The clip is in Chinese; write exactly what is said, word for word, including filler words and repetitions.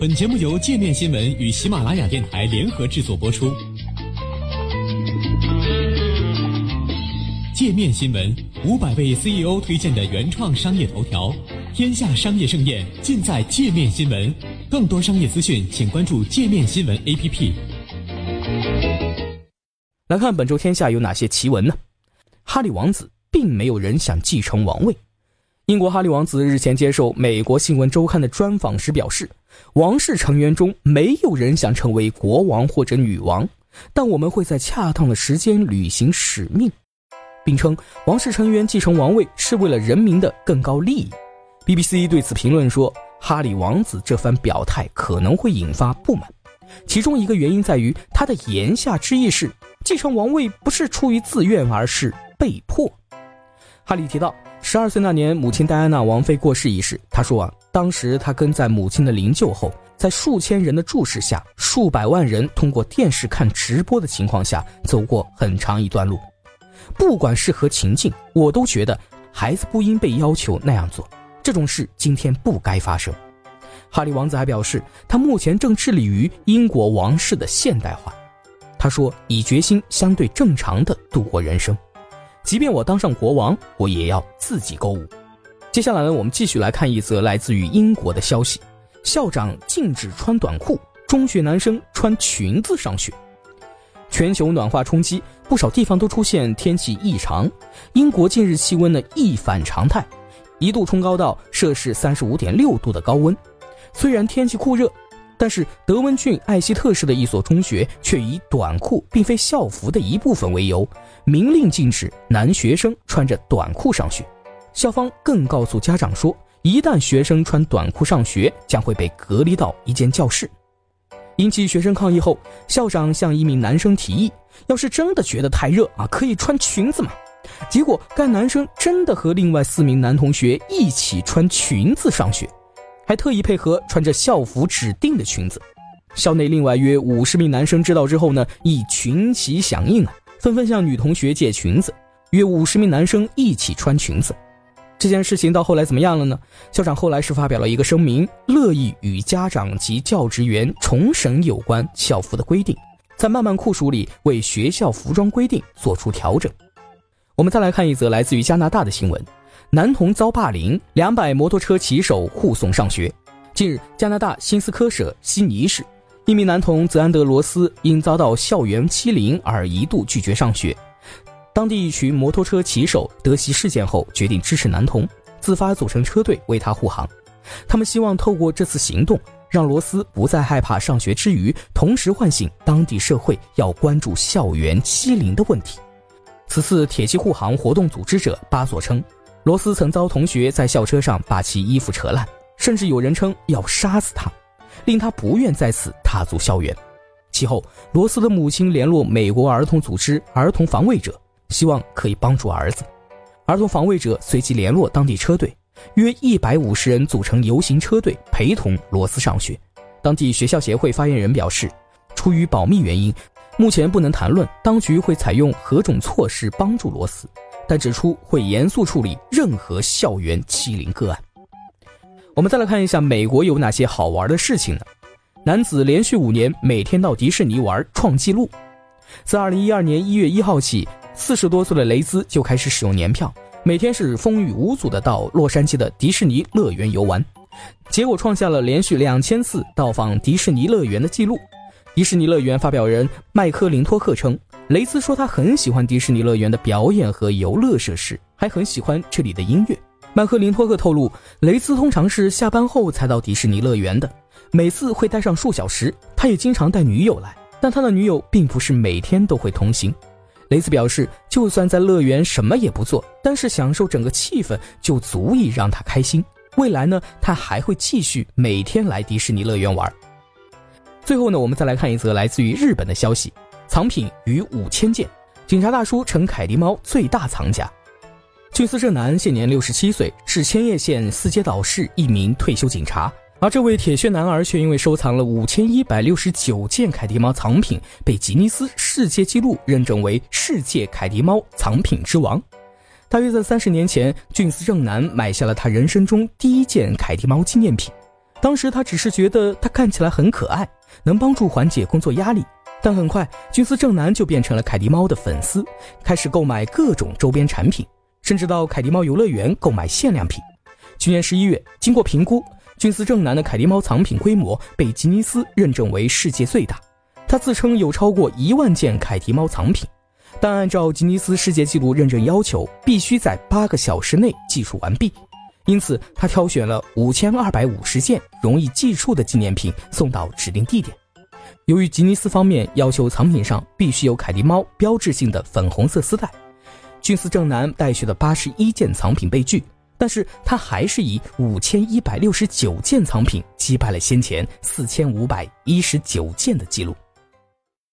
本节目由界面新闻与喜马拉雅电台联合制作播出。界面新闻五百位 C E O 推荐的原创商业头条，天下商业盛宴尽在界面新闻。更多商业资讯，请关注界面新闻 A P P。 来看本周天下有哪些奇闻呢？哈里王子并没有人想继承王位。英国哈里王子日前接受美国新闻周刊的专访时表示，王室成员中没有人想成为国王或者女王，但我们会在恰当的时间履行使命，并称王室成员继承王位是为了人民的更高利益。 B B C 对此评论说，哈里王子这番表态可能会引发不满，其中一个原因在于他的言下之意是继承王位不是出于自愿，而是被迫。哈里提到十二岁那年母亲戴安娜王妃过世一事，他说啊，当时他跟在母亲的灵柩后，在数千人的注视下，数百万人通过电视看直播的情况下走过很长一段路。不管是何情境，我都觉得孩子不应被要求那样做，这种事今天不该发生。哈里王子还表示，他目前正致力于英国王室的现代化。他说，以决心相对正常地度过人生，即便我当上国王，我也要自己购物。接下来呢，我们继续来看一则来自于英国的消息，校长禁止穿短裤，中学男生穿裙子上学。全球暖化冲击，不少地方都出现天气异常，英国近日气温呢一反常态，一度冲高到摄氏 三十五点六 度的高温。虽然天气酷热，但是德文郡艾希特市的一所中学却以短裤并非校服的一部分为由，明令禁止男学生穿着短裤上学。校方更告诉家长说，一旦学生穿短裤上学，将会被隔离到一间教室。引起学生抗议后，校长向一名男生提议，要是真的觉得太热啊，可以穿裙子嘛。结果该男生真的和另外四名男同学一起穿裙子上学，还特意配合穿着校服指定的裙子。校内另外约五十名男生知道之后呢，亦群起响应啊，纷纷向女同学借裙子，约五十名男生一起穿裙子。这件事情到后来怎么样了呢？校长后来是发表了一个声明，乐意与家长及教职员重审有关校服的规定，在漫漫酷暑里为学校服装规定做出调整。我们再来看一则来自于加拿大的新闻，男童遭霸凌，两百摩托车骑手护送上学。近日，加拿大新斯科舍悉尼市一名男童泽安德罗斯因遭到校园欺凌而一度拒绝上学。当地一群摩托车骑手得悉事件后，决定支持男童，自发组成车队为他护航。他们希望透过这次行动，让罗斯不再害怕上学之余，同时唤醒当地社会要关注校园欺凌的问题。此次铁骑护航活动组织者巴索称，罗斯曾遭同学在校车上把其衣服扯烂，甚至有人称要杀死他，令他不愿再次踏足校园。其后，罗斯的母亲联络美国儿童组织儿童防卫者，希望可以帮助儿子。儿童防卫者随即联络当地车队，约一百五十人组成游行车队陪同罗斯上学。当地学校协会发言人表示，出于保密原因，目前不能谈论当局会采用何种措施帮助罗斯，但指出会严肃处理任何校园欺凌个案。我们再来看一下美国有哪些好玩的事情呢？男子连续五年每天到迪士尼玩创纪录。自二零一二年一月一号起，四十多岁的雷兹就开始使用年票，每天是风雨无阻的到洛杉矶的迪士尼乐园游玩，结果创下了连续两千次到访迪士尼乐园的记录。迪士尼乐园发表人麦科林托克称，雷兹说他很喜欢迪士尼乐园的表演和游乐设施，还很喜欢这里的音乐。麦克林托克透露，雷兹通常是下班后才到迪士尼乐园的，每次会待上数小时。他也经常带女友来，但他的女友并不是每天都会同行。雷兹表示，就算在乐园什么也不做，但是享受整个气氛就足以让他开心。未来呢，他还会继续每天来迪士尼乐园玩。最后呢，我们再来看一则来自于日本的消息，藏品逾五千件，警察大叔成凯迪猫最大藏家。郡司正男现年六十七岁，是千叶县四街道市一名退休警察，而这位铁血男儿却因为收藏了五千一百六十九件凯迪猫藏品，被吉尼斯世界纪录认证为世界凯迪猫藏品之王。大约在三十年前，郡司正男买下了他人生中第一件凯迪猫纪念品。 当时他只是觉得它看起来很可爱，能帮助缓解工作压力，但很快君司正男就变成了凯迪猫的粉丝，开始购买各种周边产品，甚至到凯迪猫游乐园购买限量品。去年十一月，经过评估，君司正男的凯迪猫藏品规模被吉尼斯认证为世界最大。他自称有超过一万件凯迪猫藏品，但按照吉尼斯世界纪录认证要求，必须在八个小时内计数完毕。因此，他挑选了五千二百五十件容易计数的纪念品送到指定地点。由于吉尼斯方面要求藏品上必须有凯迪猫标志性的粉红色丝带，君司正男带去的八十一件藏品被拒，但是他还是以五千一百六十九件藏品击败了先前四千五百一十九件的记录。